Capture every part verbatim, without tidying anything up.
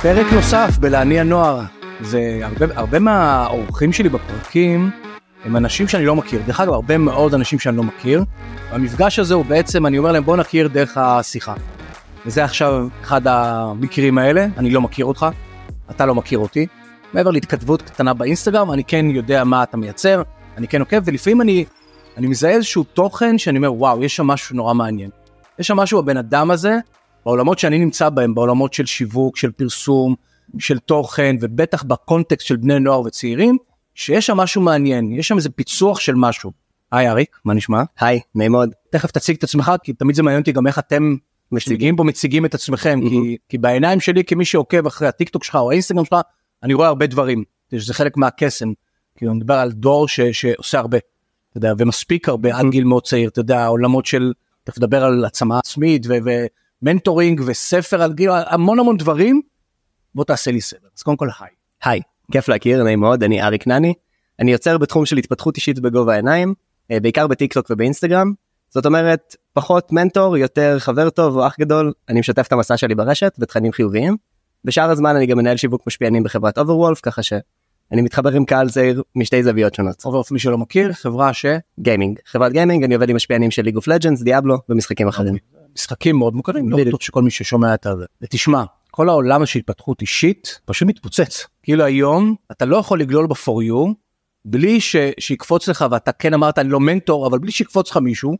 פרק נוסף בלהניע נוער. זה הרבה, הרבה מהאורחים שלי בפרקים הם אנשים שאני לא מכיר. דרך אגב, הרבה מאוד אנשים שאני לא מכיר. המפגש הזה הוא בעצם, אני אומר להם, בוא נכיר דרך השיחה. וזה עכשיו אחד המקרים האלה, אני לא מכיר אותך, אתה לא מכיר אותי. מעבר להתכתבות קטנה באינסטגרם, אני כן יודע מה אתה מייצר, אני כן עוקב, ולפעמים אני, אני מזהה איזשהו תוכן שאני אומר, וואו, יש שם משהו נורא מעניין. יש שם משהו בבן אדם הזה, בעולמות שאני נמצא בהם, בעולמות של שיווק, של פרסום, של תוכן, ובטח בקונטקסט של בני נוער וצעירים, שיש שם משהו מעניין, יש שם איזה פיצוח של משהו. היי אריק, מה נשמע? היי, נעים מאוד. תכף תציג את עצמך, כי תמיד זה מעניין אותי גם איך אתם מציגים פה, מציגים את עצמכם, mm-hmm. כי, כי בעיניים שלי, כמי שעוקב אחרי הטיקטוק שלך או האינסטגרם שלך, אני רואה הרבה דברים, שזה חלק מהקסם, כי אני מדבר על דור ש, שעושה הרבה, אתה יודע, ומספיק הרבה, mm-hmm. עד גיל מאוד צעיר, אתה יודע, העולמות של, אתה מדבר על עצמה עצמית, ו, ומנטורינג, וספר על גיל, המון המון דברים, בוא תעשה לי סדר. אז קודם כל, היי. היי, כיף להכיר, נעים מאוד, אני אריק נני, אני יוצר בתחום של התפתחות אישית בגובה העיניים, בעיקר בטיקטוק ובאינסטגרם, זאת אומרת, פחות מנטור, יותר חבר טוב או אח גדול, אני משתף את המסע שלי ברשת ותכנים חיוביים, בשאר הזמן אני גם מנהל שיווק משפיענים בחברת אוברוולף, ככה שאני מתחבר עם קהל צעיר משתי זוויות שונות. אוברוולף, מי שלא מכיר, חברה ש... גיימינג, חברת גיימינג, אני עובד עם משפיענים של ליג אוף לג'נדס, דיאבלו ומשחקים אחרים. משחקים מאוד מוכרים, לא בטוח שכל מי ששומע את זה. ותשמע, כל העולם של התפתחות אישית פשוט מתפוצץ. כאילו היום אתה לא יכול לגלול ב-פור יו, בלי ש... שיקפוץ לך, ואתה כן אמרת אני לא מנטור, אבל בלי שיקפוץ לך מישהו,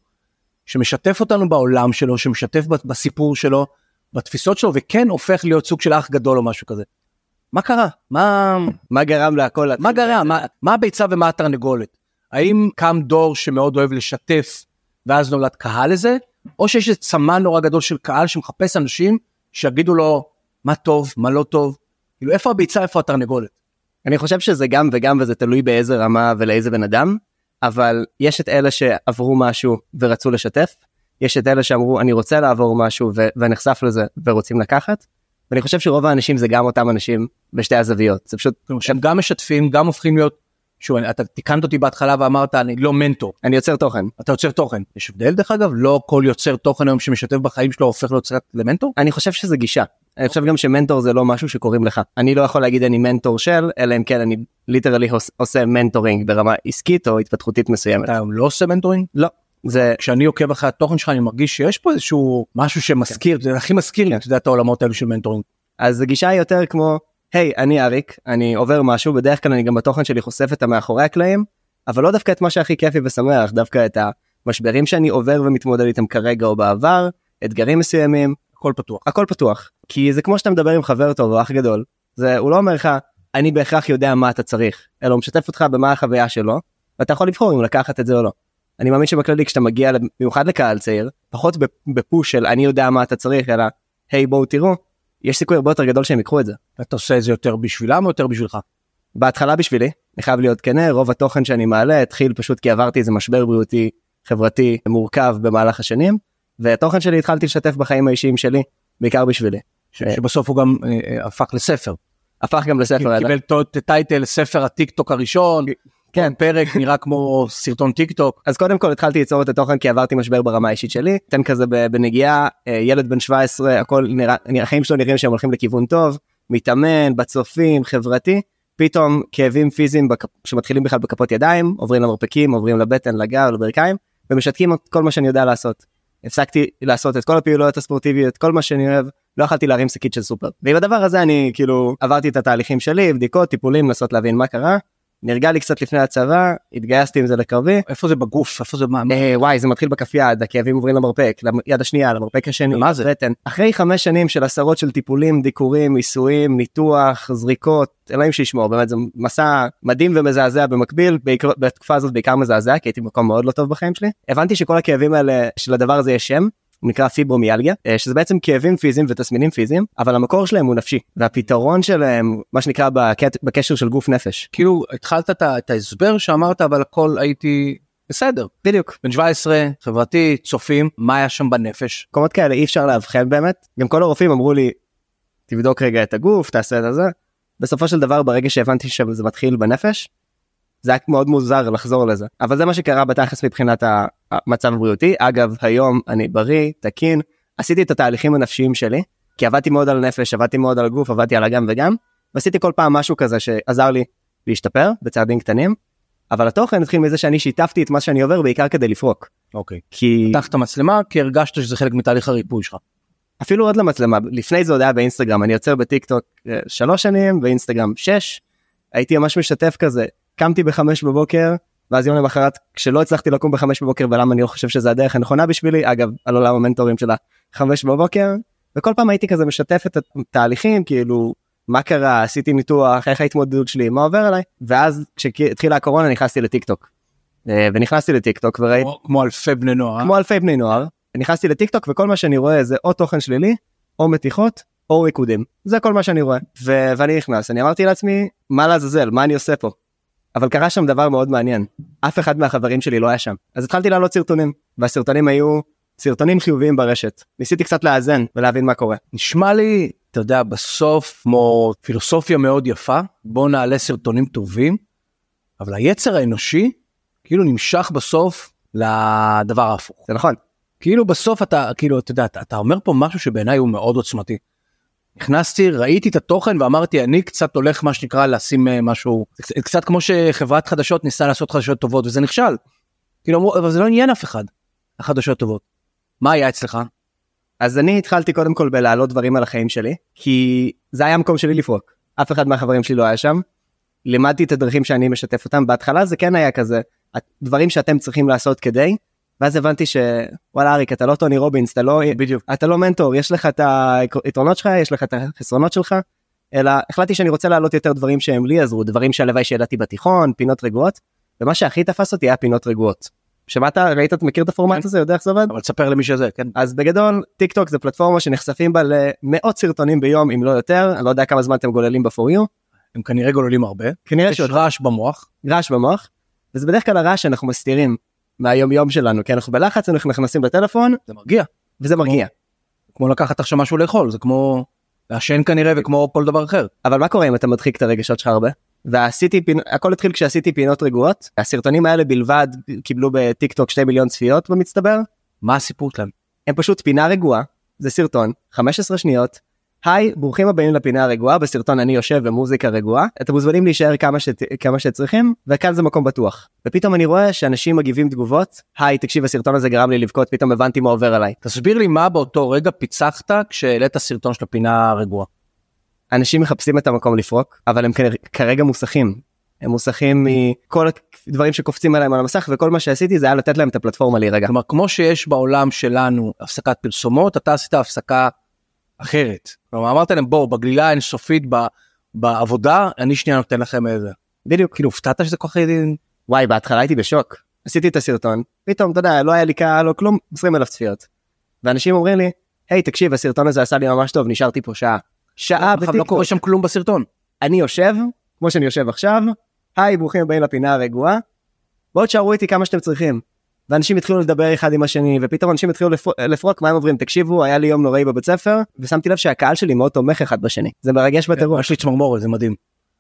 שמשתף אותנו בעולם שלו, שמשתף בסיפור שלו, בתפיסות שלו, וכן הופך להיות סוג של אח גדול או משהו כזה. מה קרה? מה, מה גרם להכל? מה גרם? מה, מה הביצה ומה התרנגולת? האם קם דור שמאוד אוהב לשתף, ואז נולד קהל לזה? או שיש איזה צמא נורא גדול של קהל, שמחפש אנשים, שיגידו לו, מה טוב, מה לא טוב? כאילו, איפה הביצה, איפה התרנגולת? אני חושב שזה גם וגם, וזה תלוי באיזה רמה ולאיזה בן אדם, אבל יש את אלה שעברו משהו ורצו לשתף, יש את אלה שאמרו אני רוצה לעבור משהו ו- ונחשף לזה ורוצים לקחת, ואני חושב שרוב האנשים זה גם אותם אנשים בשתי הזוויות, זה פשוט... שהם גם משתפים, גם הופכים להיות, שוב, אתה תיקנת אותי בהתחלה ואמרת אני לא מנטור. אני יוצר תוכן. אתה יוצר תוכן. יש הבדל דרך אגב, לא כל יוצר תוכן היום שמשתף בחיים שלו הופך להיות למנטור? אני חושב שזה גישה. אני חושב גם שמנטור זה לא משהו שקוראים לך. אני לא יכול להגיד אני מנטור של, אלא אם כן אני ליטרלי עושה מנטורינג ברמה עסקית או התפתחותית מסוימת. אתה לא עושה מנטורינג? לא. זה... כשאני עוקב אחרי התוכן שלך אני מרגיש שיש פה איזשהו משהו שמזכיר, זה הכי מזכיר לי, אתה יודע, את העולמות האלו של מנטורינג. אז הגישה היא יותר כמו, היי, אני אריק, אני עובר משהו, בדרך כלל אני גם בתוכן שלי חושף את המאחורי הקלעים, אבל לא דווקא את מה שהכי כיפי ושמח, דווקא את המשברים שאני עובר ומתמודד איתם כרגע או בעבר, אתגרים מסוימים, הכל פתוח. הכל פתוח. כי זה כמו שאתה מדבר עם חבר טוב או אח גדול, זה, הוא לא אומר לך, אני בהכרח יודע מה אתה צריך, אלא הוא משתף אותך במה החוויה שלו, ואתה יכול לבחור אם לקחת את זה או לא. אני מאמין שבכללי כשאתה מגיע במיוחד לקהל צעיר, פחות בפוש של אני יודע מה אתה צריך, אלא, היי בואו תראו, יש סיכוי הרבה יותר גדול שהם יקחו את זה. אתה עושה את זה יותר בשבילם או יותר בשבילך? בהתחלה בשבילי, אני חייב להיות כנה, רוב התוכן שאני מעלה התחיל פשוט כי עברתי איזה משבר בריאותי, חברתי, מורכב במהלך השנים, והתוכן שלי התחלתי לשתף בחיים האישיים שלי, בעיקר בשבילי. שבסוף הוא גם הפך לספר. הפך גם לספר. קיבל טייטל ספר הטיקטוק הראשון, כן, פרק נראה כמו סרטון טיקטוק. אז קודם כל התחלתי ליצור את התוכן כי עברתי משבר ברמה האישית שלי, תן כזה בנגיעה, ילד בן שבע עשרה, הכל נראה, החיים שלו נראים שהם הולכים לכיוון טוב, מתאמן, בצופים, חברתי, פתאום כאבים פיזיים שמתחילים בכלל בכפות ידיים, עוברים למרפקים, עוברים לבטן, לגב, לברכיים, ומשתקים את כל מה שאני יודע לעשות. הפסקתי לעשות את כל הפעילויות הספורטיביות, כל מה שאני אוהב, לא יכולתי להרים שקית של סופר. ועם הדבר הזה אני כאילו עברתי את התהליכים שלי, בדיקות, טיפולים, לנסות להבין מה קרה. נרגע לי קצת לפני הצבא, התגייסתי עם זה לקרבי. איפה זה בגוף? איפה זה מה? אה, וואי, זה מתחיל בכף יד, הכאבים עוברים למרפק, ליד השנייה, למרפק השני. מה זה? רטן. אחרי חמש שנים של עשרות של טיפולים, דיקורים, ניסויים, ניתוח, זריקות, אלוהים שישמור, באמת זה מסע מדהים ומזעזע במקביל, בעיקר, בתקופה הזאת בעיקר מזעזע, כי הייתי במקום מאוד לא טוב בחיים שלי. הבנתי שכל הכאבים האלה, של הדבר הזה יש שם, הוא נקרא פיברומיאלגיה, שזה בעצם כאבים פיזיים ותסמינים פיזיים, אבל המקור שלהם הוא נפשי, והפתרון שלהם, מה שנקרא בקשר של גוף נפש. כאילו, התחלת את ההסבר שאמרת, אבל הכל הייתי בסדר. בדיוק. בן שבע עשרה, חברתי, צופים, מה היה שם בנפש? מקומות כאלה אי אפשר להבחן באמת, גם כל הרופאים אמרו לי, תבדוק רגע את הגוף, תעשה את זה. בסופו של דבר, ברגע שהבנתי שזה מתחיל בנפש, זה היה מאוד מוזר לחזור לזה, אבל זה מה שקרה בתכלס מבחינת המצב הבריאותי. אגב, היום אני בריא, תקין, עשיתי את התהליכים הנפשיים שלי, כי עבדתי מאוד על הנפש, עבדתי מאוד על הגוף, עבדתי על הגם וגם, ועשיתי כל פעם משהו כזה שעזר לי להשתפר בצעדים קטנים, אבל התוכן התחיל מזה שאני שיתפתי את מה שאני עובר בעיקר כדי לפרוק. אוקיי. כי... פתחת מצלמה כי הרגשת שזה חלק מתהליך הריפוי שלך. אפילו עוד למצלמה, לפני זה עוד היה באינסטגרם, אני יוצר בטיקטוק שלוש שנים, באינסטגרם שש, הייתי ממש משתף כזה, קמתי בחמש בבוקר, ואז יום למחרת, כשלא הצלחתי לקום בחמש בבוקר, ולמה אני לא חושב שזה הדרך הנכונה בשבילי, אגב, על עולם המנטורים שלה, חמש בבוקר, וכל פעם הייתי כזה משתף את התהליכים, כאילו, מה קרה, עשיתי ניתוח, איך ההתמודדות שלי, מה עובר עליי, ואז כשהתחילה הקורונה נכנסתי לטיקטוק, ונכנסתי לטיקטוק וראיתי... כמו אלפי בני נוער. כמו אלפי בני נוער, נכנסתי לטיקטוק וכל מה שאני רואה זה או תוכן שלילי, או מתיחות, או ריקודים. זה כל מה שאני רואה. ו- ואני נכנס, אני אמרתי לעצמי, מה לעזאזל, מה אני עושה פה? אבל קרה שם דבר מאוד מעניין. אף אחד מהחברים שלי לא היה שם. אז התחלתי לעלות סרטונים, והסרטונים היו סרטונים חיוביים ברשת. ניסיתי קצת לאזן ולהבין מה קורה. נשמע לי, אתה יודע, בסוף, כמו פילוסופיה מאוד יפה, בוא נעלה סרטונים טובים, אבל היצר האנושי, כאילו נמשך בסוף לדבר ההפוך. זה נכון. כאילו בסוף אתה, כאילו, אתה יודע, אתה, אתה אומר פה משהו שבעיניי הוא מאוד עוצמתי. נכנסתי, ראיתי את התוכן ואמרתי, אני קצת הולך מה שנקרא לשים משהו, קצת כמו שחברת חדשות ניסה לעשות חדשות טובות וזה נכשל. כאילו אמרו, אבל זה לא עניין אף אחד, החדשות טובות. מה היה אצלך? אז אני התחלתי קודם כל בלהעלות דברים על החיים שלי, כי זה היה המקום שלי לפרוק. אף אחד מהחברים שלי לא היה שם. לימדתי את הדרכים שאני משתף אותם. בהתחלה זה כן היה כזה, הדברים שאתם צריכים לעשות כדי, ואז הבנתי שוואלה אריק, אתה לא טוני רובינס, אתה לא, בדיוק, אתה לא מנטור, יש לך את היתרונות שלך, יש לך את החסרונות שלך, אלא החלטתי שאני רוצה להעלות יותר דברים שהם לי עזרו, דברים שהלוואי שידעתי בתיכון, פינות רגועות, ומה שהכי תפס אותי היה פינות רגועות. שמעת, ראית, אתה מכיר את הפורמט הזה, יודע איך זה עובד? אבל תספר למי שזה, כן. אז בגדול, טיק טוק זה פלטפורמה שנחשפים בה למאות סרטונים ביום, אם לא יותר, אני לא יודע כמה זמן אתם גוללים ב-פור יו. הם כנראה גוללים הרבה. כנראה שיש רעש במוח. רעש במוח, וזה בדרך כלל הרעש שאנחנו מסתירים מהיום יום שלנו, כי אנחנו בלחץ, אנחנו נכנסים לטלפון, זה מרגיע. וזה מרגיע. כמו לקחת עכשיו משהו לאכול, זה כמו לעשן כנראה וכמו כל דבר אחר. אבל מה קורה אם אתה מדחיק את הרגשות שלך הרבה? ועשיתי, הכל התחיל כשעשיתי פינות רגועות, הסרטונים האלה בלבד קיבלו בטיק טוק שתי מיליון צפיות במצטבר. מה הסיפור שלהם? הם פשוט פינה רגועה, זה סרטון, חמש עשרה שניות, היי, ברוכים הבאים לפינה הרגועה, בסרטון אני יושב במוזיקה רגועה, אתם מוזמנים להישאר כמה, ש... כמה שצריכים, וכאן זה מקום בטוח. ופתאום אני רואה שאנשים מגיבים תגובות, היי, תקשיב, הסרטון הזה גרם לי לבכות, פתאום הבנתי מה עובר עליי. תסביר לי מה באותו רגע פיצחת כשהעלית סרטון של הפינה הרגועה. אנשים מחפשים את המקום לפרוק, אבל הם כרגע מוסכים. הם מוסכים מכל הדברים שקופצים עליהם על המסך, וכל מה שעשיתי זה היה לתת להם את הפלטפורמה להירגע. כלומר, כמו שיש בעולם שלנו הפסקת פרסומות, אתה עשית הפסקה אחרת. כלומר, אמרת להם, בואו, בגלילה אינסופית בעבודה, אני שנייה נותן לכם איזה. בדיוק. כאילו, הפתעת שזה כל כך ידין? וואי, בהתחלה הייתי בשוק. עשיתי את הסרטון, פתאום, אתה יודע, לא היה לי קהל, לא כלום, עשרים אלף צפיות. ואנשים אומרים לי, היי, תקשיב, הסרטון הזה עשה לי ממש טוב, נשארתי פה שעה. שעה בטיקטוק. לא קורה שם כלום בסרטון. אני יושב, כמו שאני יושב עכשיו, היי, ברוכים הבאים לפינה הרגועה, בואו תשארו איתי כמה שאתם צריכים. ואנשים התחילו לדבר אחד עם השני, ופתאום אנשים התחילו לפרוק, מה הם עוברים? תקשיבו, היה לי יום נוראי בבית ספר, ושמתי לב שהקהל שלי מאוד תומך אחד בשני. זה מרגש בטירוף. יש לי צמרמורת, זה מדהים.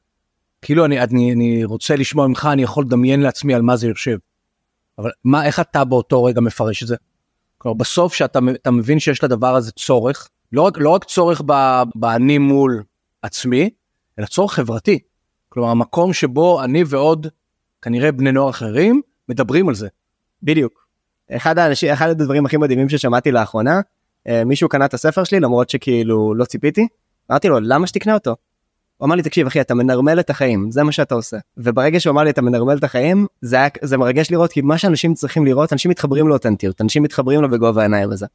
כאילו אני, אני, אני רוצה לשמוע ממך, אני יכול לדמיין לעצמי על מה זה יושב. אבל מה, איך אתה באותו רגע מפרש את זה? כלומר, בסוף שאתה אתה מבין שיש לדבר הזה צורך, לא רק, לא רק צורך באני מול עצמי, אלא צורך חברתי. כלומר, המקום שבו אני ועוד, כנראה בני נוער אחרים, מדברים על זה. בדיוק. אחד האנשים, אחד הדברים הכי מדהימים ששמעתי לאחרונה, מישהו קנה את הספר שלי, למרות שכאילו לא ציפיתי, אמרתי לו, למה שתקנה אותו? הוא אמר לי, תקשיב אחי, אתה מנרמל את החיים, זה מה שאתה עושה. וברגע שהוא אמר לי, אתה מנרמל את החיים, זה, היה, זה מרגש לראות, כי מה שאנשים צריכים לראות, אנשים מתחברים לאותנטיות, אנשים מתחברים לו בגובה העיניים הזה.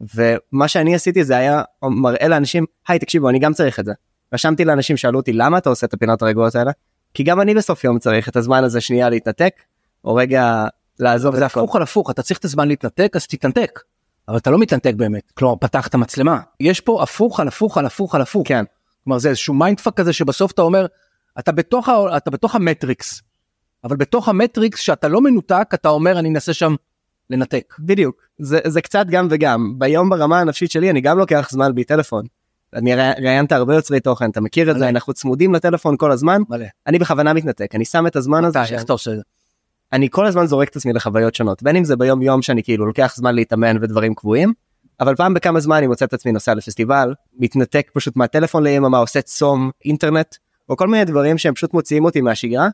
ומה שאני עשיתי זה היה מראה לאנשים, היי תקשיבו, אני גם צריך את זה. רשמתי לאנשים, שאלו אותי, למה אתה עושה את הפינות הרגועות האלה? כי גם אני בסוף יום צריך את הזמן הזה שנייה להתנתק, או רגע לעזוב. זה הפוך על הפוך, אתה צריך את הזמן להתנתק, אז תתנתק. אבל אתה לא מתנתק באמת, כלומר, פתח את המצלמה. יש פה הפוך על הפוך על הפוך על הפוך. כן. כלומר, זה איזשהו מיינדפאק כזה שבסוף אתה אומר, אתה בתוך, אתה בתוך המטריקס, אבל בתוך המטריקס שאתה לא מנותק, אתה אומר, אני אנסה שם לנתק. בדיוק. זה, זה קצת גם וגם. ביום ברמה הנפשית שלי, אני גם לוקח זמן בי טלפון. אני ראיינת הרבה יוצרי תוכן, אתה מכיר את זה, אנחנו צמודים לטלפון כל הזמן. מלא. אני בכוונה מתנתק, אני שם את הזמן הזה. איך אתה עושה את זה? אני כל הזמן זורק את עצמי לחוויות שונות, בין אם זה ביום יום שאני כאילו לוקח זמן להתאמן ודברים קבועים, אבל פעם בכמה זמן אני מוצא את עצמי נוסע לפסטיבל, מתנתק פשוט מהטלפון ליממה, עושה צום אינטרנט, או כל מיני דברים שהם פשוט מוציאים אותי מהשגרה,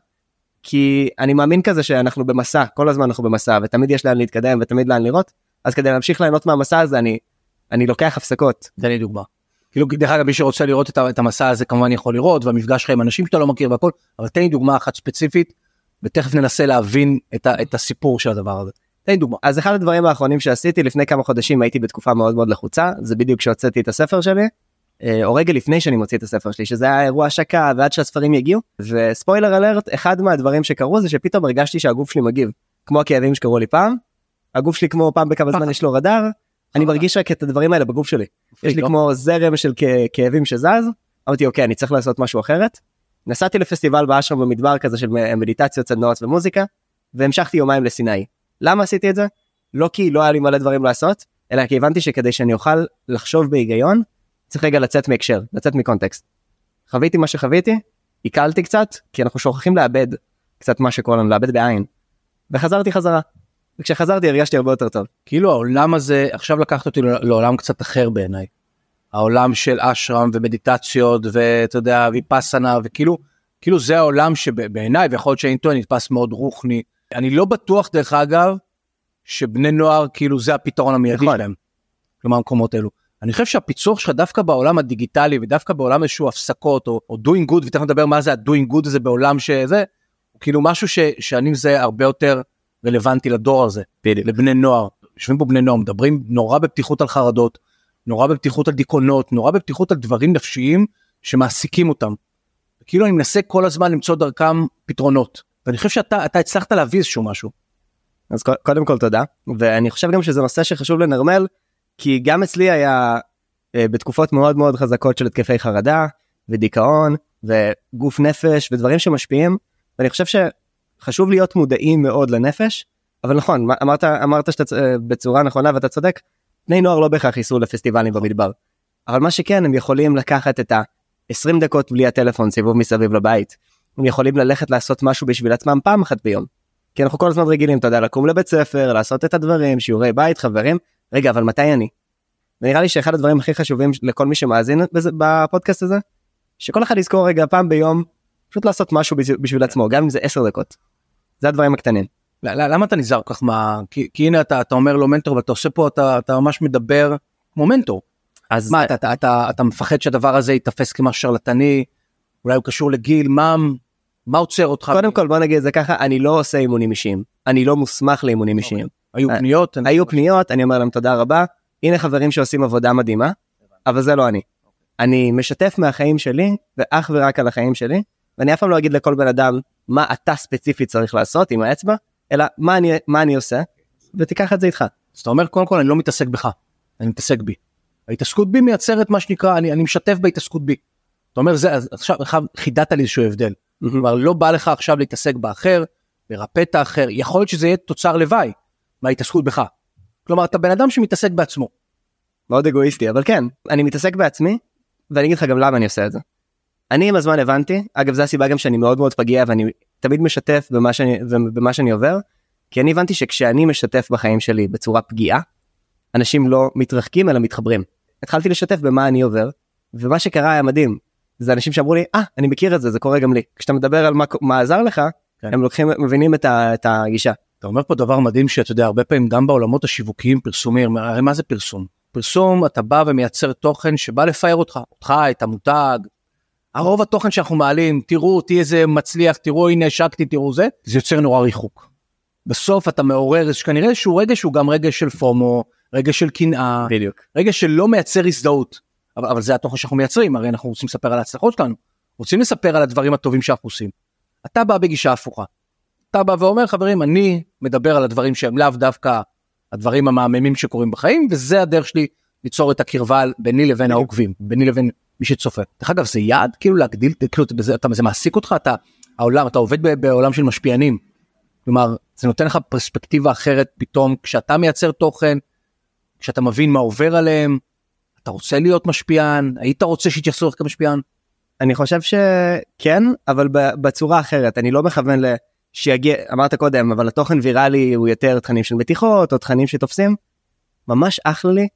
כי אני מאמין כזה שאנחנו במסע, כל הזמן אנחנו במסע, ותמיד יש לאן להתקדם ותמיד לאן לראות, אז כדי להמשיך ליהנות מהמסע הזה, אני, אני לוקח הפסקות. תן לי דוגמה. כאילו, דרך אגב, מי שרוצה לראות את, את המסע הזה, כמובן יכול לראות, והמפגש שלך עם אנשים שאתה לא מכיר והכל, אבל תן לי דוגמה אחת ספציפית, ותכף ננסה להבין את, ה, את הסיפור של הדבר הזה. תן לי דוגמה. אז אחד הדברים האחרונים שעשיתי, לפני כמה חודשים הייתי בתקופה מאוד מאוד לחוצה, זה בדיוק כשהוצאתי את הספר שלי, או רגע לפני שאני מוציא את הספר שלי, שזה היה אירוע השקה ועד שהספרים יגיעו, וספוילר אלרט, אחד מהדברים שקרו זה שפתאום הרגשתי שהגוף שלי מגיב, כמו הכאבים שקרו לי פעם, הגוף שלי כמו פעם בכמה זמן יש לו רדאר, אני מרגיש רק את הדברים האלה בגוף שלי, יש לי כמו זרם של כאבים שזז, אמרתי אוקיי אני צריך לעשות משהו אחרת, נסעתי לפסטיבל באשרם במדבר כזה של מדיטציות, סדנאות ומוזיקה, והמשכתי יומיים לסיני. למה עשיתי את זה? לא כי לא היה לי מלא דברים לעשות, אלא כי הבנתי שכדי שאני אוכל לחשוב בהיגיון, צריך רגע לצאת מהקשר, לצאת מקונטקסט. חוויתי מה שחוויתי, עיקלתי קצת, כי אנחנו שוכחים לאבד קצת מה שקורה לנו, לאבד בעין. וחזרתי חזרה. וכשחזרתי הרגשתי הרבה יותר טוב. כאילו העולם הזה, עכשיו לקחת אותי לעולם קצת אחר בעיניי. העולם של אשרם ומדיטציות, ואתה יודע, ויפסנה, וכאילו, כאילו זה העולם שבעיניי, ויכול להיות שאינטו נתפס מאוד רוחני. אני לא בטוח דרך אגב, שבני נוער כאילו זה הפתרון המיידי שלהם. כלומר המקומות האלו. אני חושב שהפיצוח שלך דווקא בעולם הדיגיטלי, ודווקא בעולם איזשהו הפסקות, או, או doing good, ותכף נדבר מה זה ה-doing good הזה בעולם שזה, הוא כאילו משהו ש, שאני זה הרבה יותר רלוונטי לדור הזה, בדיוק. לבני נוער. יושבים פה בני נוער, מדברים נורא בפתיחות על חרדות, נורא בפתיחות על דיכאונות, נורא בפתיחות על דברים נפשיים שמעסיקים אותם. כאילו אני מנסה כל הזמן למצוא דרכם פתרונות, ואני חושב שאתה אתה הצלחת להביא איזשהו משהו. אז קודם כל תודה, ואני חושב גם שזה נושא שחשוב לנרמל, כי גם אצלי היה אה, בתקופות מאוד מאוד חזקות של התקפי חרדה, ודיכאון, וגוף נפש, ודברים שמשפיעים, ואני חושב שחשוב להיות מודעים מאוד לנפש, אבל נכון, אמרת, אמרת שאתה אה, בצורה נכונה ואתה צודק, בני נוער לא בהכרח ייסעו לפסטיבלים במדבר, אבל מה שכן, הם יכולים לקחת את ה-עשרים דקות בלי הטלפון, סיבוב מסביב לבית, הם יכולים ללכת לעשות משהו בשביל עצמם פעם אחת ביום, כי אנחנו כל הזמן רגילים, אתה יודע, לקום לבית ספר, לעשות את הדברים, שיעורי בית, חברים, רגע, אבל מתי אני? ונראה לי שאחד הדברים הכי חשובים לכל מי שמאזין בפודקאסט הזה, שכל אחד יזכור רגע פעם ביום, פשוט לעשות משהו בשביל עצמו, גם אם זה עשר דקות. זה הדברים הקטנים. למה אתה נזהר כך מה? כי, כי הנה אתה, אתה אומר לו מנטור, ואתה עושה פה, אתה, אתה ממש מדבר כמו מנטור. אז מה, אתה, אתה, אתה, אתה מפחד שהדבר הזה יתפס כמשהו שרלטני, אולי הוא קשור לגיל, מה, מה עוצר אותך? קודם כל בוא נגיד את זה ככה, אני לא עושה אימונים אישיים, אני לא מוסמך לאימונים אישיים. היו פניות? היו פניות, אני אומר להם תודה רבה, הנה חברים שעושים עבודה מדהימה, אבל זה לא אני. אני משתף מהחיים שלי, ואך ורק על החיים שלי, ואני אף פעם לא אגיד לכל בן אדם, מה אתה ספציפית צריך לעשות עם האצבע, אלא מה אני, מה אני עושה, ותיקח את זה איתך. אז אתה אומר, קודם כל אני לא מתעסק בך, אני מתעסק בי. ההתעסקות בי מייצרת מה שנקרא, אני, אני משתף בהתעסקות בי. אתה אומר, זה, אז עכשיו חידדת לי איזשהו הבדל. כלומר, לא בא לך עכשיו להתעסק באחר, לרפא את האחר, יכול להיות שזה יהיה תוצר לוואי, מההתעסקות בך. כלומר, אתה בן אדם שמתעסק בעצמו. מאוד אגואיסטי, אבל כן, אני מתעסק בעצמי, ואני אגיד לך גם למה אני עושה את זה. אני עם הזמן הבנתי, אגב, זו הסיבה גם שאני מאוד מאוד פגיע, ואני תמיד משתף במה שאני, במה שאני עובר, כי אני הבנתי שכשאני משתף בחיים שלי בצורה פגיעה, אנשים לא מתרחקים אלא מתחברים. התחלתי לשתף במה אני עובר, ומה שקרה היה מדהים. זה אנשים שאמרו לי, אה, אני מכיר את זה, זה קורה גם לי. כשאתה מדבר על מה, מה עזר לך, כן. הם לוקחים, מבינים את, ה, את הגישה. אתה אומר פה דבר מדהים שאתה יודע, הרבה פעמים גם בעולמות השיווקיים, פרסומים, הרי מה זה פרסום? פרסום, אתה בא ומייצר תוכן שבא לפאר אותך, אותך, את המותג, הרוב התוכן שאנחנו מעלים, תראו אותי איזה מצליח, תראו הנה השקתי, תראו זה, זה יוצר נורא ריחוק. בסוף אתה מעורר, כנראה שהוא רגע שהוא גם רגע של פומו, רגע של קנאה, בדיוק. רגע שלא מייצר הזדהות, אבל, אבל זה התוכן שאנחנו מייצרים, הרי אנחנו רוצים לספר על ההצלחות שלנו, רוצים לספר על הדברים הטובים שאנחנו עושים. אתה בא בגישה הפוכה, אתה בא ואומר חברים, אני מדבר על הדברים שהם לאו דווקא הדברים המעממים שקורים בחיים, וזה הדרך שלי ליצור את הקרבה ביני לבין העוקבים, ביני לבין מי שצופה. דרך אגב, זה יעד כאילו להגדיל, כאילו, אתה, זה מעסיק אותך, אתה, העולם, אתה עובד בעולם של משפיענים, כלומר, זה נותן לך פרספקטיבה אחרת פתאום, כשאתה מייצר תוכן, כשאתה מבין מה עובר עליהם, אתה רוצה להיות משפיען, היית רוצה שיתייחסו לך כמשפיען? אני חושב שכן, אבל בצורה אחרת, אני לא מכוון שיגיע, אמרת קודם, אבל התוכן ויראלי הוא יותר תכנים של מתיחות, או תכנים שתופסים, ממש אחלה לי,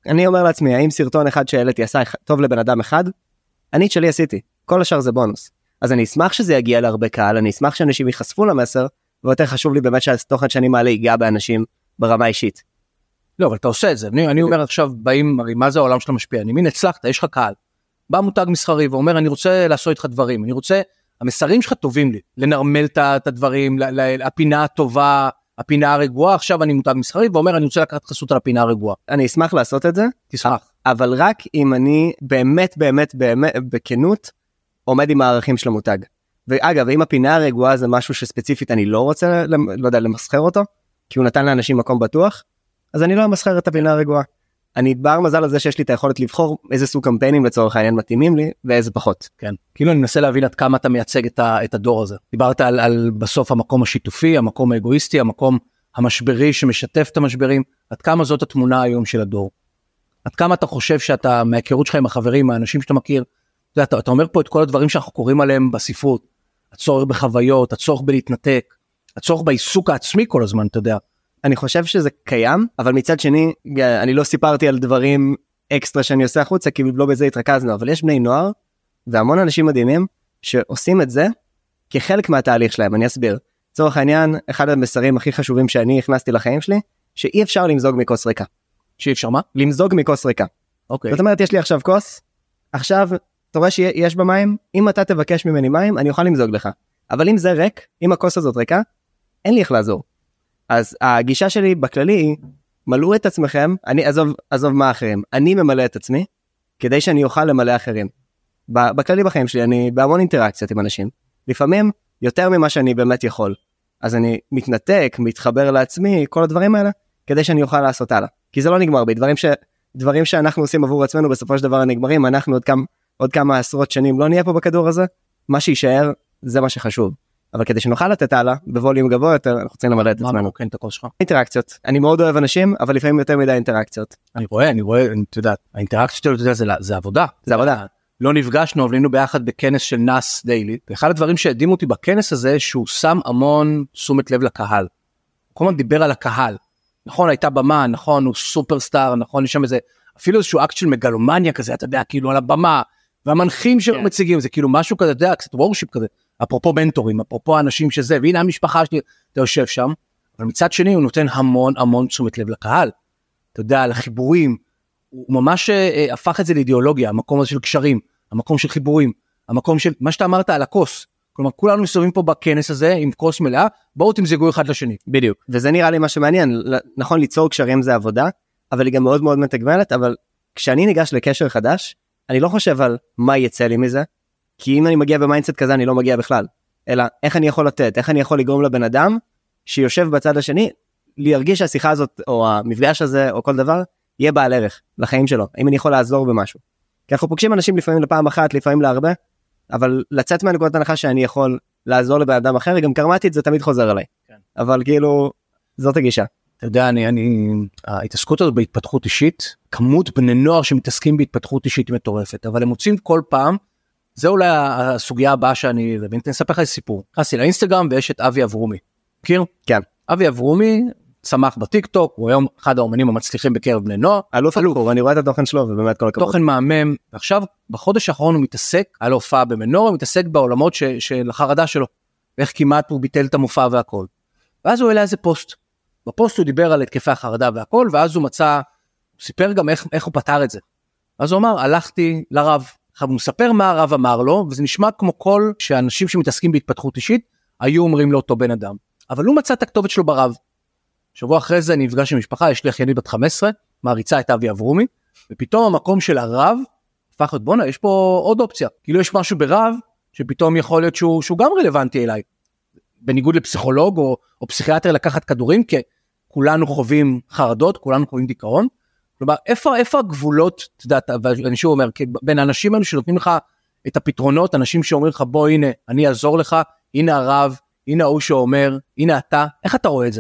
אני אומר לעצמי, האם סרטון אחד שהעליתי עשה טוב לבן אדם אחד? אני את שלי עשיתי, כל השאר זה בונוס. אז אני אשמח שזה יגיע להרבה קהל, אני אשמח שאנשים יחשפו למסר, ויותר חשוב לי באמת שהתוכן שאני מעלה ייגע באנשים ברמה אישית. לא, אבל אתה עושה את זה. אני, אני אומר עכשיו, באים, הרי מה זה העולם של המשפיענים? הנה, הצלחת, יש לך קהל. בא מותג מסחרי ואומר, אני רוצה לעשות איתך דברים, אני רוצה, המסרים שלך טובים לי, לנרמל את הדברים, הפינה הטובה, הפינה הרגועה, עכשיו אני מותג מסחרי ואומר, אני רוצה לקחת חסות על הפינה הרגועה. אני אשמח לעשות את זה. תשמח. אבל רק אם אני באמת, באמת, באמת, בכנות, עומד עם הערכים של המותג. ואגב, אם הפינה הרגועה זה משהו שספציפית אני לא רוצה, לא יודע, למסחר אותו, כי הוא נתן לאנשים מקום בטוח, אז אני לא אמסחר את הפינה הרגועה. אני בר מזל על זה שיש לי את היכולת לבחור איזה סוג קמפיינים לצורך העניין מתאימים לי, ואיזה פחות. כן. כאילו אני מנסה להבין עד כמה אתה מייצג את, ה, את הדור הזה. דיברת על, על בסוף המקום השיתופי, המקום האגואיסטי, המקום המשברי שמשתף את המשברים, עד כמה זאת התמונה היום של הדור. עד כמה אתה חושב שאתה, מההיכרות שלך עם החברים, האנשים שאתה מכיר, אתה, אתה, אתה אומר פה את כל הדברים שאנחנו קוראים עליהם בספרות, הצורך בחוויות, הצורך בלהתנתק, הצורך בעיסוק העצמי כל הזמן, אתה יודע. אני חושב שזה קיים, אבל מצד שני, אני לא סיפרתי על דברים אקסטרה שאני עושה החוצה, כי לא בזה התרכזנו, אבל יש בני נוער, והמון אנשים מדהימים, שעושים את זה כחלק מהתהליך שלהם, אני אסביר. לצורך העניין, אחד המסרים הכי חשובים שאני הכנסתי לחיים שלי, שאי אפשר למזוג מכוס ריקה. שאי אפשר מה? למזוג מכוס ריקה. אוקיי. זאת אומרת, יש לי עכשיו כוס, עכשיו, אתה רואה שיש בה מים, אם אתה תבקש ממני מים, אני אוכל למזוג לך. אבל אם זה ריק, אם הכוס הזאת ריקה, אין לי איך לעזור. אז הגישה שלי בכללי היא, מלאו את עצמכם, אני עזוב, עזוב מה אחרים, אני ממלא את עצמי, כדי שאני אוכל למלא אחרים. בכללי בחיים שלי, אני בהמון אינטראקציות עם אנשים, לפעמים יותר ממה שאני באמת יכול. אז אני מתנתק, מתחבר לעצמי, כל הדברים האלה, כדי שאני אוכל לעשות הלאה. כי זה לא נגמר בי, דברים, ש, דברים שאנחנו עושים עבור עצמנו, בסופו של דבר נגמרים, אנחנו עוד כמה, עוד כמה עשרות שנים לא נהיה פה בכדור הזה, מה שישאר זה מה שחשוב. אבל כדי שנוכל לתת הלאה, בווליום גבוה יותר, אנחנו צריכים למלא את עצמנו. כן, את הקול שלך. אינטראקציות. אני מאוד אוהב אנשים, אבל לפעמים יותר מדי אינטראקציות. אני רואה, אני רואה, אתה יודע, האינטראקציות שלו, אתה יודע, זה, זה עבודה. זה עבודה. לא נפגשנו, אבל היינו ביחד בכנס של נאס דיילי, ואחד הדברים שהדהים אותי בכנס הזה, שהוא שם המון תשומת לב לקהל. הוא כל הזמן דיבר על הקהל. נכון, הייתה במה, נכון, הוא סופרסטאר, נכון, יש שם איזה, אפילו איזשהו אקט של מגלומניה כזה, אתה יודע, כאילו על הבמה, והמנחים שמציגים, זה כאילו משהו כזה, אתה יודע, קצת וורשיפ כזה, אפרופו מנטורים, אפרופו האנשים שזה, והנה המשפחה שלי, אתה יושב שם, אבל מצד שני הוא נותן המון המון תשומת לב לקהל, אתה יודע, לחיבורים, הוא ממש אה, הפך את זה לאידיאולוגיה, המקום הזה של קשרים, המקום של חיבורים, המקום של, מה שאתה אמרת על הכוס, כלומר, כולנו מסתובבים פה בכנס הזה עם כוס מלאה, בואו תמזגו אחד לשני. בדיוק. וזה נראה לי מה שמעניין, נכון, ליצור קשרים זה עבודה, אבל היא גם מאוד מאוד מתגמלת, אבל כשאני ניגש לקשר חדש, אני לא חושב על מה יצא לי מזה, כי אם אני מגיע במיינדסט כזה, אני לא מגיע בכלל. אלא, איך אני יכול לתת, איך אני יכול לגרום לבן אדם, שיושב בצד השני, להרגיש שהשיחה הזאת, או המפגש הזה, או כל דבר, יהיה בעל ערך לחיים שלו, אם אני יכול לעזור במשהו. כי אנחנו פוגשים אנשים לפעמים לפעם אחת, לפעמים להרבה, אבל לצאת מהנקודת הנחה שאני יכול לעזור לבן אדם אחר, גם קרמטית זה תמיד חוזר אליי. כן. אבל כאילו, זאת הגישה. אתה יודע, אני, אני, ההתעסקות הזאת בהתפתחות אישית, כמות בני נוער שמתעסקים בהתפתחות אישית מטורפת, אבל הם מוצאים כל פעם, זה אולי הסוגיה הבאה שאני, ואני אספר לך איזה סיפור. נכנסתי לאינסטגרם ויש את אבי אברומי. מכיר? כן. אבי אברומי צמח בטיק טוק, הוא היום אחד האומנים המצליחים בקרב בני נוער. אלוף אלוף, אני רואה את התוכן שלו ובאמת כל הכבוד. תוכן מהמם, ועכשיו בחודש האחרון הוא מתעסק, היה לו הופעה במנורה, הוא מתעסק בעולמות ש, של החרדה שלו, ואיך כמעט הוא ביטל את המופע והכל. ואז הוא העלה איזה פוסט, בפוסט הוא דיבר על התקפי החרדה והכל, ואז הוא מצא, הוא סיפר גם איך, איך הוא פתר את זה. אז הוא אמר, הלכתי לרב, עכשיו הוא מספר מה הרב אמר לו, וזה נשמע כמו כל שאנשים שמתעסקים בהתפתחות אישית, היו אומרים לו אותו בן אדם. אבל הוא מצא את הכתובת שלו ברב. שבוע אחרי זה אני נפגש עם משפחה, יש לי אחיינית בת חמש עשרה, מעריצה את אבי אברומי, ופתאום המקום של הרב, הפך להיות, בונה, יש פה עוד אופציה. כאילו יש משהו ברב, שפתאום יכול להיות שהוא, שהוא גם רלוונטי אליי. בניגוד לפסיכולוג או, או פסיכיאטר לקחת כדורים, כי כולנו חווים חרדות, כולנו חווים דיכאון. כלומר, איפה, איפה הגבולות, אתה יודעת, ואני שוב אומר, בין האנשים האלו שנותנים לך את הפתרונות, אנשים שאומרים לך, בוא, הנה, אני אעזור לך, הנה הרב, הנה הוא שאומר, הנה אתה, איך אתה רואה את זה?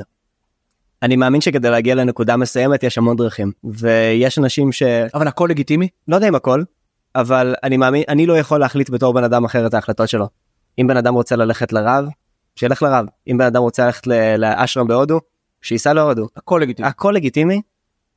אני מאמין שכדי להגיע לנקודה מסוימת יש המון דרכים, ויש אנשים ש... אבל הכל לגיטימי? לא יודע אם הכל, אבל אני מאמין, אני לא יכול להחליט בתור בן אדם אחר את ההחלטות שלו. אם בן אדם רוצה ללכת לרב, שילך לרב. אם בן אדם רוצה ללכת לאשרם בהודו, שייסע להודו. הכל לגיטימי. הכל לגיטימי,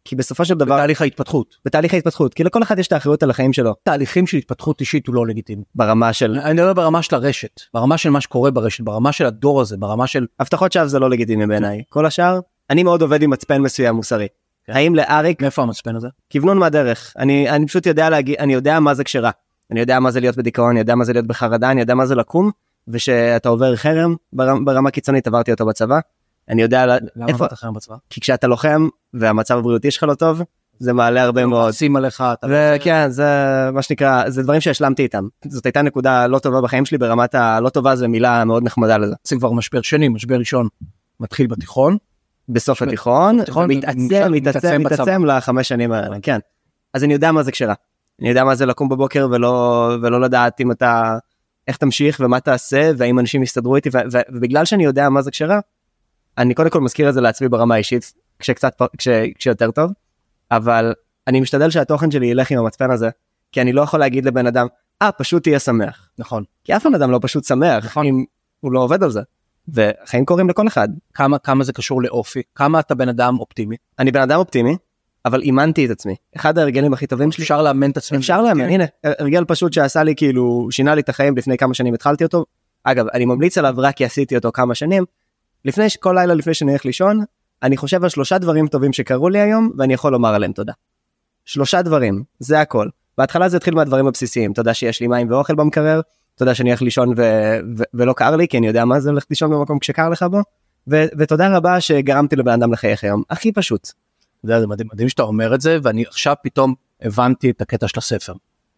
כי בסופו של דבר בתהליך ההתפתחות. בתהליך ההתפתחות, כי לכל אחד יש את האחריות על החיים שלו. תהליכים של התפתחות אישית הוא לא לגיטימי. ברמה של... אני מדבר ברמה של הרשת, ברמה של מה שקורה ברשת, ברמה של הדור הזה, ברמה של... הבטחות שווא זה לא לגיטימי בעיניי. כל השאר, אני מאוד עובד עם מצפן מסוים מוסרי. האם לאריק... מאיפה המצפן הזה? כיוונון מהדרך. אני, אני פשוט יודע להגיד, אני יודע מה זה כשרה. אני יודע מה זה להיות בדיכאון, אני יודע מה זה להיות בחרדה, אני יודע מה זה לקום, ושאתה עובר חרם ברמה, ברמה קיצונית, עברתי אותו בצבא. אני יודע למה איפה... אתה חרם בצבא? כי כשאתה לוחם והמצב הבריאותי שלך לא טוב, זה מעלה הרבה מאוד. שים עליך, אתה... וכן, זה מה שנקרא, זה דברים שהשלמתי איתם. זאת הייתה נקודה לא טובה בחיים שלי, ברמת הלא טובה זה מילה מאוד נחמדה לזה. זה כבר משבר שני, משבר ראשון מתחיל בתיכון. בסוף התיכון, מתעצם, מתעצם, מתעצם לחמש שנים האלה, כן. אז אני יודע מה זה כשרה. אני יודע מה זה לקום בבוקר ולא, ולא לדעת אם אתה, איך תמשיך ומה תעשה, והאם אנשים יסתדרו איתי, ובגלל שאני יודע מה זה כשרה, אני קודם כל מזכיר את זה לעצמי ברמה האישית, כשקצת, כש, כשיותר טוב, אבל אני משתדל שהתוכן שלי ילך עם המצפן הזה, כי אני לא יכול להגיד לבן אדם, אה, פשוט תהיה שמח. נכון. כי אף בן אדם לא פשוט שמח, נכון. אם הוא לא עובד על זה. וחיים קורים לכל אחד. כמה, כמה זה קשור לאופי? כמה אתה בן אדם אופטימי? אני בן אדם אופטימי, אבל אימנתי את עצמי. אחד ההרגלים הכי טובים שלי. אפשר לאמן את עצמי. אפשר לאמן, הנה, הרגל פשוט שעשה לי כאילו, שינה לי את החיים לפני כמה שנים התחלתי אותו. אגב, אני ממליץ עליו רק כי עשיתי אותו כמה שנים. לפני, כל לילה לפני שאני הולך לישון, אני חושב על שלושה דברים טובים שקרו לי היום, ואני יכול לומר עליהם תודה. שלושה דברים, זה הכל. בהתחלה זה התחיל מהדברים הבסיסיים, תודה שיש לי מים ואוכל במקרר, תודה שאני הולך לישון ו- ו- ולא קר לי, כי אני יודע מה זה הולך לישון במקום כשקר לך בו, ו- ותודה רבה שגרמתי לבן אדם לחייך היום, הכי פשוט. זה, זה מדהים, מדהים שאתה אומר את זה, ואני עכשיו פתאום הבנתי את הקטע של הספר.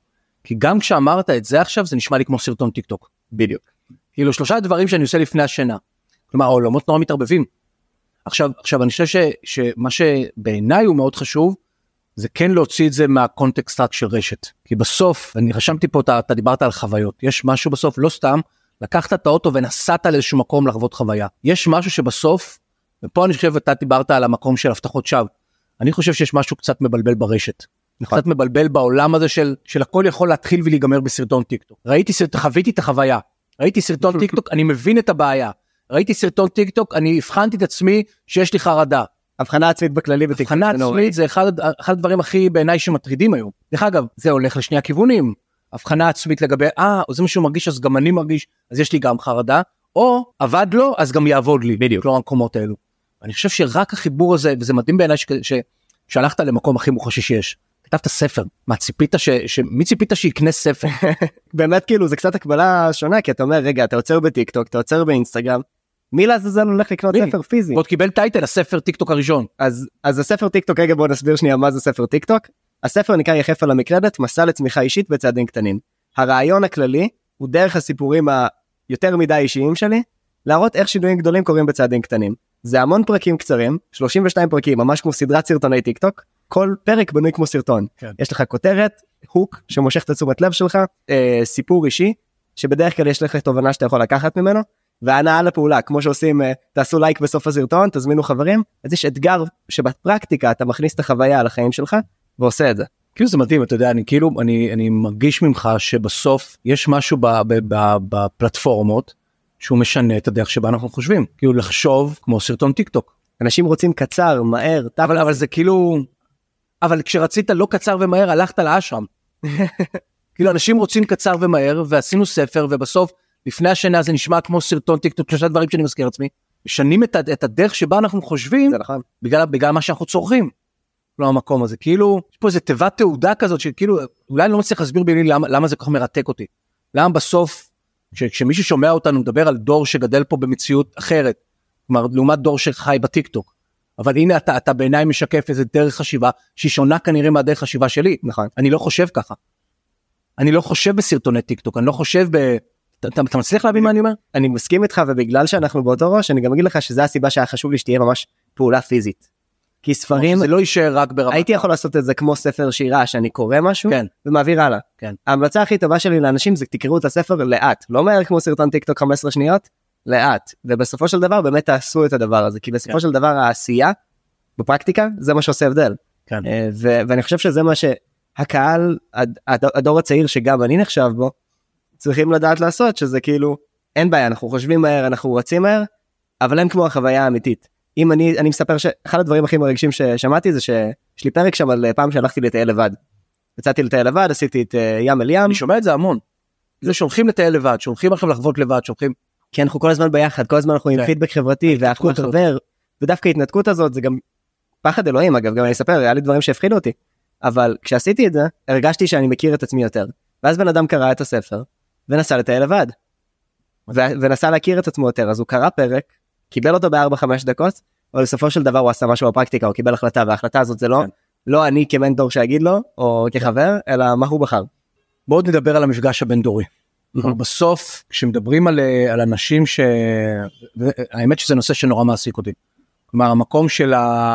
כי גם כשאמרת את זה עכשיו, זה נשמע לי כמו סרטון טיק טוק. בדיוק. כאילו שלושה דברים שאני עושה לפני השינה. כלומר, העולמות נורא מתערבבים. עכשיו, עכשיו אני חושב ש, שמה שבעיניי הוא מאוד חשוב, זה כן להוציא את זה מהקונטקסט רק של רשת. כי בסוף, אני רשמתי פה, אתה, אתה דיברת על חוויות. יש משהו בסוף, לא סתם, לקחת את האוטו ונסעת לאיזשהו מקום לחוות חוויה. יש משהו שבסוף, ופה אני חושב, אתה דיברת על המקום של הבטחות שווא. אני חושב שיש משהו קצת מבלבל ברשת. קצת מבלבל בעולם הזה של, של הכל יכול להתחיל ולהיגמר בסרטון טיקטוק. ראיתי סרטון, חוויתי את החוויה. ראיתי סרטון טיקטוק, אני מבין את הבעיה. ראיתי סרטון טיקטוק, אני הבחנתי את עצמי שיש לי חרדה. הבחנה עצמית בכללי בטיקטוק. הבחנה עצמית זה אחד, אחד הדברים הכי בעיניי שמטרידים היום. דרך אגב, זה הולך לשני הכיוונים. הבחנה עצמית לגבי, אה, זה משהו מרגיש, אז גם אני מרגיש, אז יש לי גם חרדה, או עבד לו, אז גם יעבוד לי. בדיוק. לא המקומות האלו. אני חושב שרק החיבור הזה, וזה מדהים בעיניי שהלכת למקום הכי מוחשי שיש. כתבת ספר, מה ציפית ש... ש... מי ציפית שיקנה ספר? באמת כאילו זה קצת הקבלה שונה, כי אתה אומר רגע אתה עוצר בטיקטוק, אתה עוצר באינסטגרם, מי לעזאזל הולך לקנות ספר פיזי? ועוד קיבל טייטל, הספר טיקטוק הראשון. אז, אז הספר טיקטוק, רגע בוא נסביר שנייה מה זה ספר טיקטוק. הספר נקרא יחף על המקלדת, מסע לצמיחה אישית בצעדים קטנים. הרעיון הכללי הוא דרך הסיפורים היותר מדי אישיים שלי, להראות איך שינויים גדולים קורים בצעדים קטנים. זה המון פרקים קצרים, שלושים ושתיים פרקים, ממש כמו סדרת סרטוני טיקטוק, כל פרק בנוי כמו סרטון. כן. יש לך כותרת, הוק שמושך את תשומת לב שלך, אה, סיפור אישי, שבדרך כלל יש לך תובנה שאתה יכול לקחת ממנו, והנאה לפעולה, כמו שעושים, אה, תעשו לייק בסוף הסרטון, תזמינו חברים, אז יש אתגר בפרקטיקה אתה מכניס את החוויה על החיים שלך, ועושה את זה. כאילו זה מדהים, אתה יודע, אני כאילו, אני, אני מרגיש ממך שבסוף יש משהו ב, ב, ב, בפלטפורמות, שהוא משנה את הדרך שבה אנחנו חושבים, כאילו לחשוב כמו סרטון טיק טוק. אנשים רוצים קצר, מהר, אבל, אבל זה כאילו, אבל כשרצית לא קצר ומהר, הלכת לאשרם. כאילו אנשים רוצים קצר ומהר, ועשינו ספר, ובסוף, לפני השנה זה נשמע כמו סרטון טיק טוק, שלושה דברים שאני מזכיר עצמי, משנים את, את הדרך שבה אנחנו חושבים, נכון. בגלל, בגלל מה שאנחנו צורכים. לא המקום הזה, כאילו, יש פה איזה תיבת תעודה כזאת, שכאילו, אולי אני לא מצליח להסביר בלי למה, למה זה כל כך מרתק אותי. למה בסוף, כש, כשמישהו שומע אותנו, מדבר על דור שגדל פה במציאות אחרת, כלומר, לעומת דור שחי בטיקטוק, אבל הנה אתה, אתה בעיניי משקף איזה דרך חשיבה, שהיא שונה כנראה מהדרך חשיבה שלי. נכון. אני לא חושב ככה. אני לא חושב בסרטוני טיקטוק, אני לא חושב ב... אתה, אתה מצליח להבין מה אני אומר? אני מסכים איתך, ובגלל שאנחנו באותו ראש, אני גם אגיד לך שזה הסיבה שהיה חשוב לי שתהיה ממש פעולה פיזית. כי ספרים... זה לא יישאר רק ברמה. הייתי יכול לעשות את זה כמו ספר שירה, שאני קורא משהו, כן. ומעביר הלאה. כן. ההמלצה הכי טובה שלי לאנשים זה תקראו את הספר לאט. לא מהר כמו סרטון טיקטוק חמש עשרה שניות, לאט. ובסופו של דבר באמת תעשו את הדבר הזה, כי בסופו כן. של דבר העשייה, בפרקטיקה, זה מה שעושה הבדל. כן. ו- ואני חושב שזה מה שהקהל, הד- הדור הצעיר שגם אני נחשב בו, צריכים לדעת לעשות, שזה כאילו, אין בעיה, אנחנו חושבים מהר, אנחנו רצים מהר, אבל אין כמו החוויה האמיתית. אם אני, אני מספר שאחד הדברים הכי מרגשים ששמעתי זה שיש לי פרק שם על פעם שהלכתי לטייל לבד. יצאתי לטייל לבד, עשיתי את ים אל ים. אני שומע את זה המון. זה שהולכים לטייל לבד, שהולכים לכם לחוות לבד, שהולכים... כי אנחנו כל הזמן ביחד, כל הזמן אנחנו עם פידבק חברתי, ואנחנו חבר, ודווקא ההתנתקות הזאת זה גם פחד אלוהים, אגב, גם אני אספר, היה לי דברים שהפחידו אותי, אבל כשעשיתי את זה, הרגשתי שאני מכיר את עצמי יותר, ואז בן אדם קרא את הספר, ונסע לטייל לבד, ונסע להכיר את עצמו יותר, אז הוא קרא פרק, קיבל אותו בארבע חמש דקות, אבל בסופו של דבר הוא עשה משהו בפרקטיקה, הוא קיבל החלטה, וההחלטה הזאת זה לא, לא אני כמנטור שאגיד לו, או כחבר, אלא מה הוא בחר. בואו נדבר על המפגש הבין-דורי. בסוף, כשמדברים על, על אנשים ש... האמת שזה נושא שנורא מעסיק אותי. כלומר, המקום של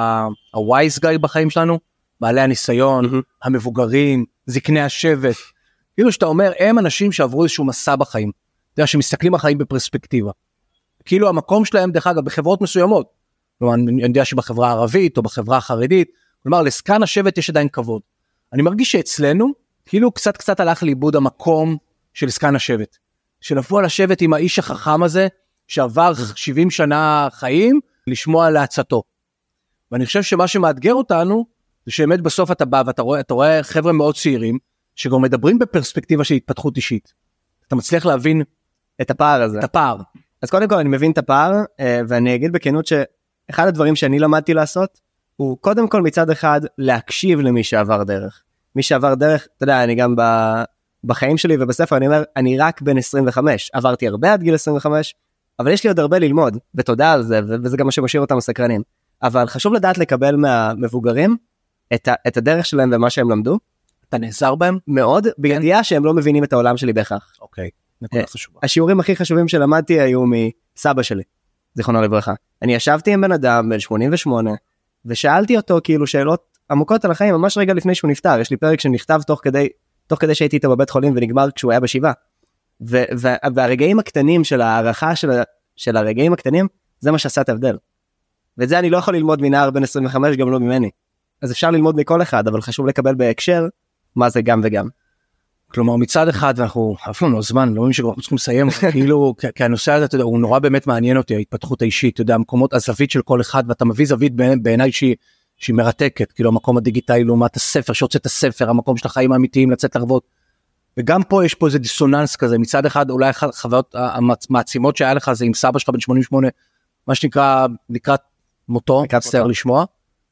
ה-wise guy בחיים שלנו, בעלי הניסיון, המבוגרים, זקני השבט, כאילו שאתה אומר, הם אנשים שעברו איזשהו מסע בחיים, אתה יודע, שמסתכלים החיים בפרספקטיבה. כאילו המקום שלהם, דרך אגב, בחברות מסוימות, כלומר, אני יודע שבחברה הערבית, או בחברה החרדית, כלומר, לזקן השבט יש עדיין כבוד. אני מרגיש שאצלנו, כאילו קצת קצת הלך לאיבוד המקום של זקן השבט, שלבוא על השבט עם האיש החכם הזה, שעבר שבעים שנה חיים, לשמוע לעצתו. ואני חושב שמה שמאתגר אותנו, זה שבאמת בסוף אתה בא, ואתה רואה, אתה רואה חבר'ה מאוד צעירים, שגם מדברים בפרספקטיבה של התפתחות אישית. אתה מצליח להבין את הפער הזה. את הפער. אז קודם כל אני מבין את הפער, ואני אגיד בכנות שאחד הדברים שאני למדתי לעשות, הוא קודם כל מצד אחד להקשיב למי שעבר דרך. מי שעבר דרך, אתה יודע, אני גם בחיים שלי ובספר, אני אומר, אני רק בן עשרים וחמש, עברתי הרבה עד גיל עשרים וחמש, אבל יש לי עוד הרבה ללמוד, ותודה על זה, וזה גם מה שמשאיר אותם סקרנים. אבל חשוב לדעת לקבל מהמבוגרים את, ה, את הדרך שלהם ומה שהם למדו. אתה נעזר בהם? מאוד, בידיעה שהם לא מבינים את העולם שלי בהכרח. אוקיי, נקודה חשובה. השיעורים הכי חשובים שלמדתי היו מסבא שלי, זיכרונו לברכה. אני ישבתי עם בן אדם בן שמונים ושמונה, ושאלתי אותו כאילו שאלות עמוקות על החיים, ממש רגע לפני שהוא נפטר. יש לי פרק שנכתב תוך כדי, תוך כדי שהייתי איתו בבית חולים ונגמר כשהוא היה בשבעה. ו- ו- והרגעים הקטנים של הערכה של, ה- של הרגעים הקטנים, זה מה שעשה את ההבדל. ואת זה אני לא יכול ללמוד מנער בן עשרים וחמש, גם לא ממני. אז אפשר ללמוד מכל אחד, אבל חשוב לקבל בהקשר מה זה גם וגם. כלומר, מצד אחד, ואנחנו אפילו לא זמן, לא אומרים שכבר אנחנו צריכים לסיים, כאילו, כי הנושא הזה, אתה יודע, הוא נורא באמת מעניין אותי, ההתפתחות האישית, אתה יודע, המקומות, הזווית של כל אחד, ואתה מביא זווית בעיניי שהיא, שהיא מרתקת, כאילו, המקום הדיגיטלי, לעומת הספר, שהוצא את הספר, המקום של החיים האמיתיים, לצאת לרבות. וגם פה יש פה איזה דיסוננס כזה, מצד אחד, אולי החוויות המעצימות שהיה לך, זה עם סבא שלך בן שמונים ושמונה, מה שנקרא, לקראת מותו, מצטער לשמוע.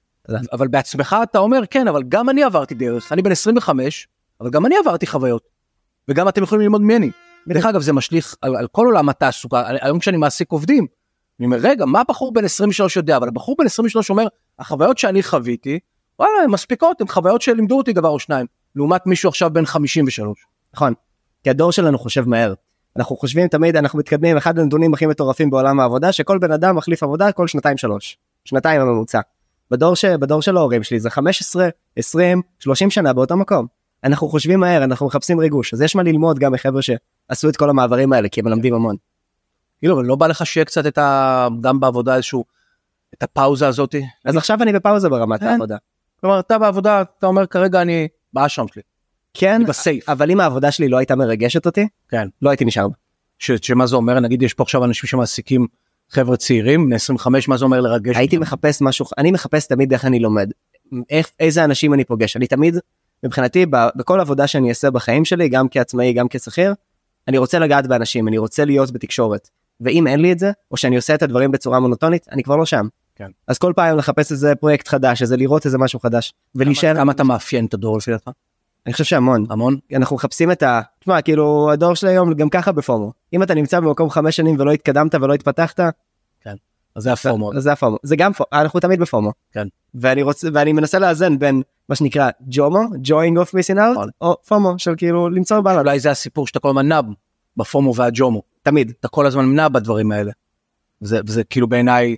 אבל בעצמך אתה אומר, כן, אבל גם אני עברתי דרך, אני בן עשרים וחמש, אבל גם אני עברתי חוויות, וגם אתם יכולים ללמוד ממני. בדרך אגב, זה משליך על, על כל עולם התעסוקה. היום כשאני מעסיק עובדים, אני אומר, רגע, מה בחור בן עשרים ושלוש יודע? אבל הבחור בן עשרים ושלוש אומר, החוויות שאני חוויתי, וואלה, הן מספיקות, הן חוויות שלימדו אותי דבר או שניים, לעומת מישהו עכשיו בן חמישים ושלוש. נכון, כי הדור שלנו חושב מהר. אנחנו חושבים תמיד, אנחנו מתקדמים, אחד הנתונים הכי מטורפים בעולם העבודה, שכל בן אדם מחליף עבודה כל שנתיים שלוש. שנתיים הממוצע. בדור, ש... בדור של ההורים שלי זה חמש עשרה, עשרים, שלושים שנה באותו מקום. אנחנו חושבים מהר, אנחנו מחפשים ריגוש, אז יש מה ללמוד גם מחבר'ה שעשו את כל המעברים האלה, כי הם מלמדים המון. כאילו, אבל לא בא לך שיהיה קצת את ה... גם בעבודה איזשהו, את הפאוזה הזאת? אז עכשיו אני בפאוזה ברמת העבודה. כלומר, אתה בעבודה, אתה אומר כרגע אני באשרם שלי. כן, אבל אם העבודה שלי לא הייתה מרגשת אותי, כן. לא הייתי נשאר בה. שמה זה אומר? נגיד, יש פה עכשיו אנשים שמעסיקים חבר'ה צעירים, בני עשרים וחמש, מה זה אומר לרגש? הייתי מחפש משהו, אני מחפש תמיד איך אני לומד, איך, איזה אנשים אני פוגש. אני תמיד, מבחינתי, בכל עבודה שאני אעשה בחיים שלי, גם כעצמאי, גם כשכיר, אני רוצה לגעת באנשים, אני רוצה להיות בתקשורת. ואם אין לי את זה, או שאני עושה את הדברים בצורה מונוטונית, אני כבר לא שם. כן. אז כל פעם לחפש איזה פרויקט חדש, איזה לראות איזה משהו חדש, ולהישאר. כמה אתה מאפיין את הדור לפי דעתך? אני חושב שהמון. המון? אנחנו מחפשים את ה... תשמע, כאילו, הדור של היום גם ככה בפורמו. אם אתה נמצא במקום חמש שנים ולא התקדמת ולא התפתחת, כן. אז זה הפורמו. זה הפורמו. זה גם פורמו. אנחנו תמיד בפורמו. כן. ואני רוצה, ואני מנסה לאזן בין מה שנקרא ג'ומו, joying of missing out, או פורמו של כאילו למצוא בלנס. אולי זה הסיפור שאתה כל הזמן נע בפורמו והג'ומו. תמיד. אתה כל הזמן נע בדברים האלה. זה, וזה כאילו בעיניי,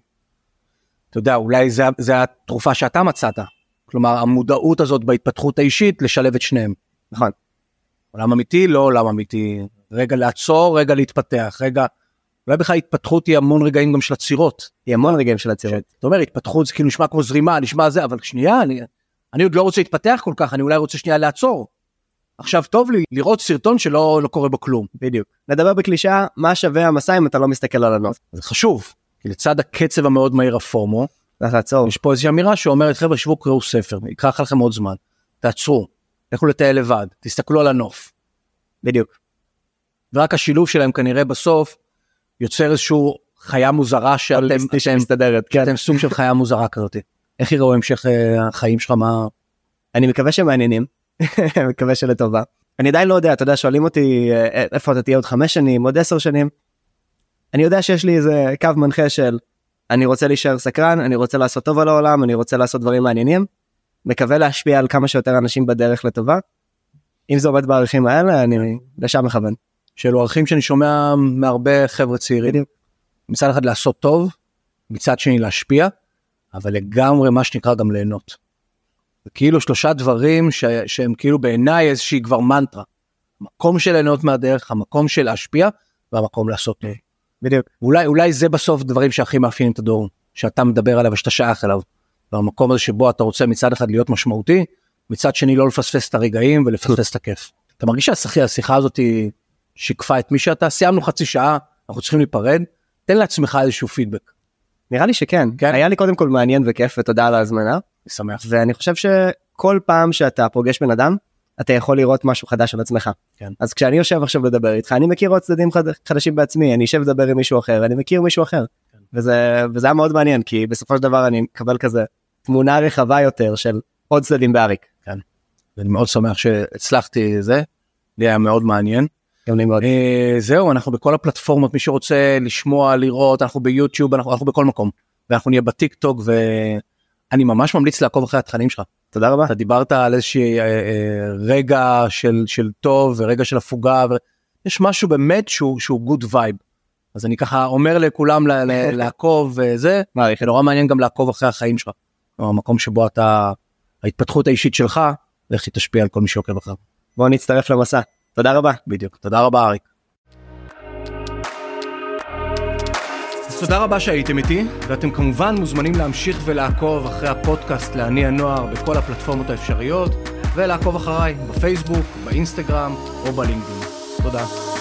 אתה יודע, אולי זה, זה התרופה שאתה מצאת. כלומר, המודעות הזאת בהתפתחות האישית, לשלב את שניהם. נכון. עולם אמיתי, לא עולם אמיתי. רגע לעצור, רגע להתפתח, רגע... אולי בכלל התפתחות היא המון רגעים גם של הצירות. היא המון רגעים של הצירות. זאת אומרת, התפתחות זה כאילו נשמע כמו זרימה, נשמע זה, אבל שנייה, אני, אני עוד לא רוצה להתפתח כל כך, אני אולי רוצה שנייה לעצור. עכשיו טוב לי לראות סרטון שלא לא קורה בו כלום. בדיוק. נדבר בקלישה, מה שווה המסע אם אתה לא מסתכל על הנוף. זה חשוב. כי לצד הקצב המאוד מהיר הפורמו, יש פה איזושהי אמירה שאומרת, חבר'ה, שבו קראו ספר, יקח לכם עוד זמן, תעצרו, לכו לטייל לבד, תסתכלו על הנוף. בדיוק. ורק השילוב שלהם כנראה בסוף, יוצר איזשהו חיה מוזרה, שאתם, שמסתדרת, כן. שאתם סוג של חיה מוזרה כזאת. איך יראו המשך החיים שלך, מה... אני מקווה שמעניינים, מקווה שלטובה. אני עדיין לא יודע, אתה יודע, שואלים אותי, איפה אתה תהיה עוד חמש שנים, עוד עשר שנים. אני יודע שיש לי איזה קו מנחה של, אני רוצה להישאר סקרן, אני רוצה לעשות טוב על העולם, אני רוצה לעשות דברים מעניינים, מקווה להשפיע על כמה שיותר אנשים בדרך לטובה. אם זה עובד בערכים האלה, אני לשם מכוון. שאלו ערכים שאני שומע מהרבה חבר'ה צעירים. מצד אחד לעשות טוב, מצד שני להשפיע, אבל לגמרי מה שנקרא גם ליהנות. זה כאילו שלושה דברים ש... שהם כאילו בעיניי איזושהי כבר מנטרה. המקום של ליהנות מהדרך, המקום של להשפיע, והמקום לעשות טוב. בדיוק. אולי, אולי זה בסוף דברים שהכי מאפיינים את הדור, שאתה מדבר עליו ושאתה שייך אליו. והמקום הזה שבו אתה רוצה מצד אחד להיות משמעותי, מצד שני לא לפספס את הרגעים ולפספס את הכיף. אתה מרגיש שהשיחה הזאת שיקפה את מי שאתה, סיימנו חצי שעה, אנחנו צריכים להיפרד, תן לעצמך איזשהו פידבק. נראה לי שכן, כן? היה לי קודם כל מעניין וכיף ותודה על ההזמנה. אני שמח. ואני חושב שכל פעם שאתה פוגש בן אדם, אתה יכול לראות משהו חדש על עצמך. כן. אז כשאני יושב עכשיו לדבר איתך, אני מכיר עוד צדדים חדשים בעצמי, אני יושב לדבר עם מישהו אחר, אני מכיר מישהו אחר. כן. וזה, וזה היה מאוד מעניין, כי בסופו של דבר אני מקבל כזה תמונה רחבה יותר של עוד צדדים באריק. כן. ואני מאוד שמח שהצלחתי זה, זה היה מאוד מעניין. גם לי מאוד. אה, זהו, אנחנו בכל הפלטפורמות, מי שרוצה לשמוע, לראות, אנחנו ביוטיוב, אנחנו, אנחנו בכל מקום. ואנחנו נהיה בטיק טוק, ואני ממש ממליץ לעקוב אחרי התכנים שלך. תודה רבה. אתה דיברת על איזושהי אה, אה, רגע של, של טוב, ורגע של הפוגה, ויש משהו באמת שהוא, שהוא good vibe. אז אני ככה אומר לכולם לה, לה, לעקוב וזה, זה נורא מעניין גם לעקוב אחרי החיים שלך. המקום שבו אתה, ההתפתחות האישית שלך, ואיך היא תשפיע על כל מי שעוקב אחריו. בואו נצטרף למסע. תודה רבה. בדיוק. תודה רבה, אריק. אז תודה רבה שהייתם איתי, ואתם כמובן מוזמנים להמשיך ולעקוב אחרי הפודקאסט לעני הנוער בכל הפלטפורמות האפשריות, ולעקוב אחריי בפייסבוק, באינסטגרם או בלינקדאין. תודה.